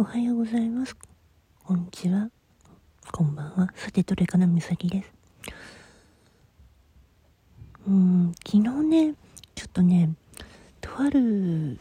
おはようございます。こんにちは。こんばんは。さて、どれかなみさきです。昨日ね、ちょっとね、とある、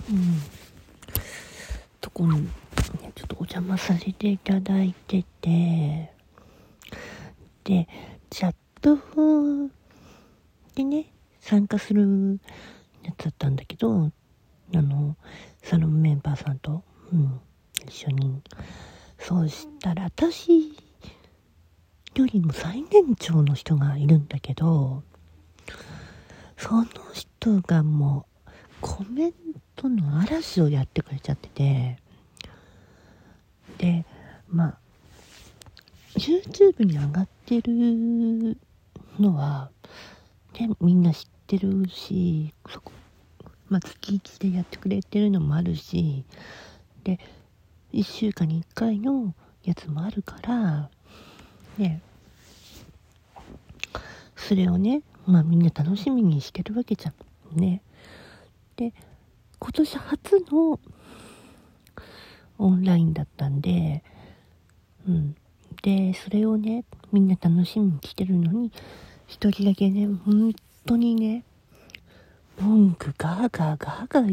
とこに、ね、ちょっとお邪魔させていただいてて、で、チャットでね、参加するやつだったんだけど、サロンメンバーさんと、一緒に。そうしたら、私よりも最年長の人がいるんだけど、その人がもうコメントの嵐をやってくれちゃってて、で、YouTube に上がってるのは、ね、みんな知ってるし、月1でやってくれてるのもあるし、で、1週間に1回のやつもあるから、ね、それをね、みんな楽しみにしてるわけじゃん。ね。で、今年初のオンラインだったんで、で、それをね、みんな楽しみにしてるのに、一人だけね、本当にね、文句ガーガー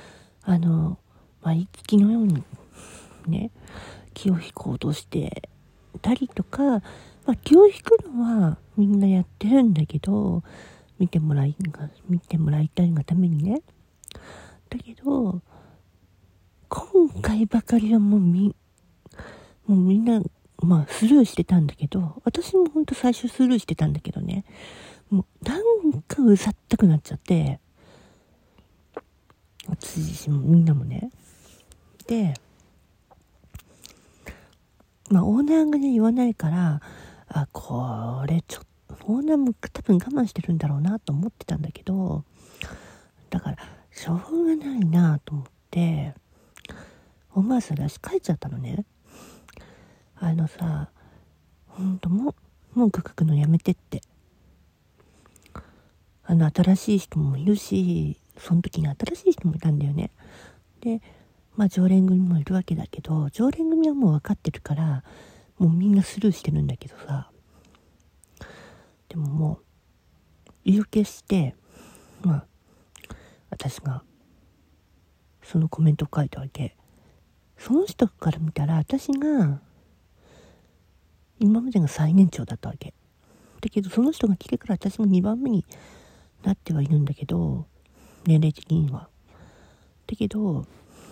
毎月のようにね、気を引こうとしてたりとか、気を引くのはみんなやってるんだけど、見てもらいたいがためにね。だけど、今回ばかりはもうみんな、スルーしてたんだけど、私もほんと最初スルーしてたんだけどね、もうなんかうざったくなっちゃって、私自身もみんなもね。で、オーナーがね、言わないから、これちょっと、オーナーも多分我慢してるんだろうなと思ってたんだけど、だから、しょうがないなと思って、思わず私帰っちゃったのね。ほんと文句書くのやめてって。新しい人もいるし、その時に新しい人もいたんだよね。で、常連組もいるわけだけど、常連組はもう分かってるから、もうみんなスルーしてるんだけどさ。でももう、意を決して、私が、そのコメントを書いたわけ。その人から見たら、私が、今までが最年長だったわけ。だけど、その人が来てから私も2番目になってはいるんだけど、年齢的には。だけど、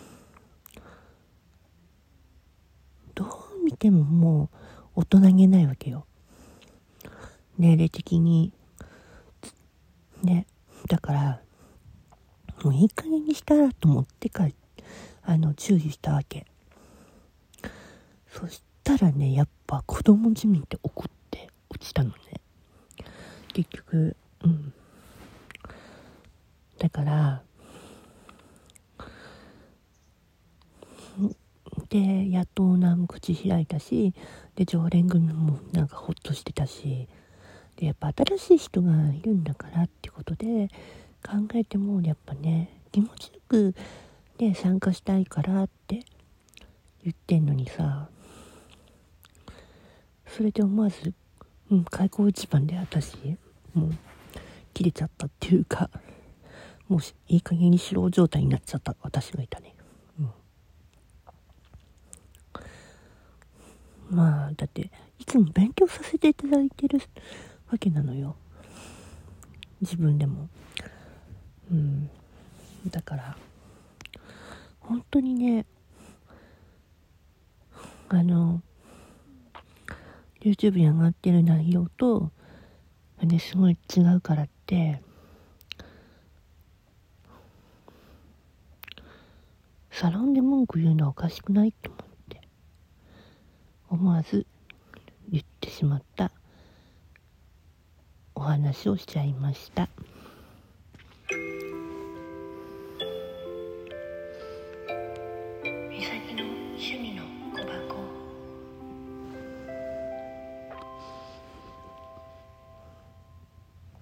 どう見てももう大人げないわけよ。年齢的に。ね。だから、もういい加減にしたらと思って注意したわけ。そしたらね、やっぱ子供自民って怒って落ちたのね。結局、だから、で、やっとオーナーも口開いたし、で、常連組もなんかほっとしてたし、で、やっぱ新しい人がいるんだからってことで考えても、やっぱね、気持ちよくね、参加したいからって言ってんのにさ、それで思わず、開口一番で私、もう、切れちゃったっていうか、もういい加減にしろ状態になっちゃった私がいたね。だっていつも勉強させていただいてるわけなのよ、自分でも。だから本当にね、YouTube に上がってる内容とすごい違うからって、サロンで文句言うのはおかしくないと思って思わず言ってしまったお話をしちゃいました。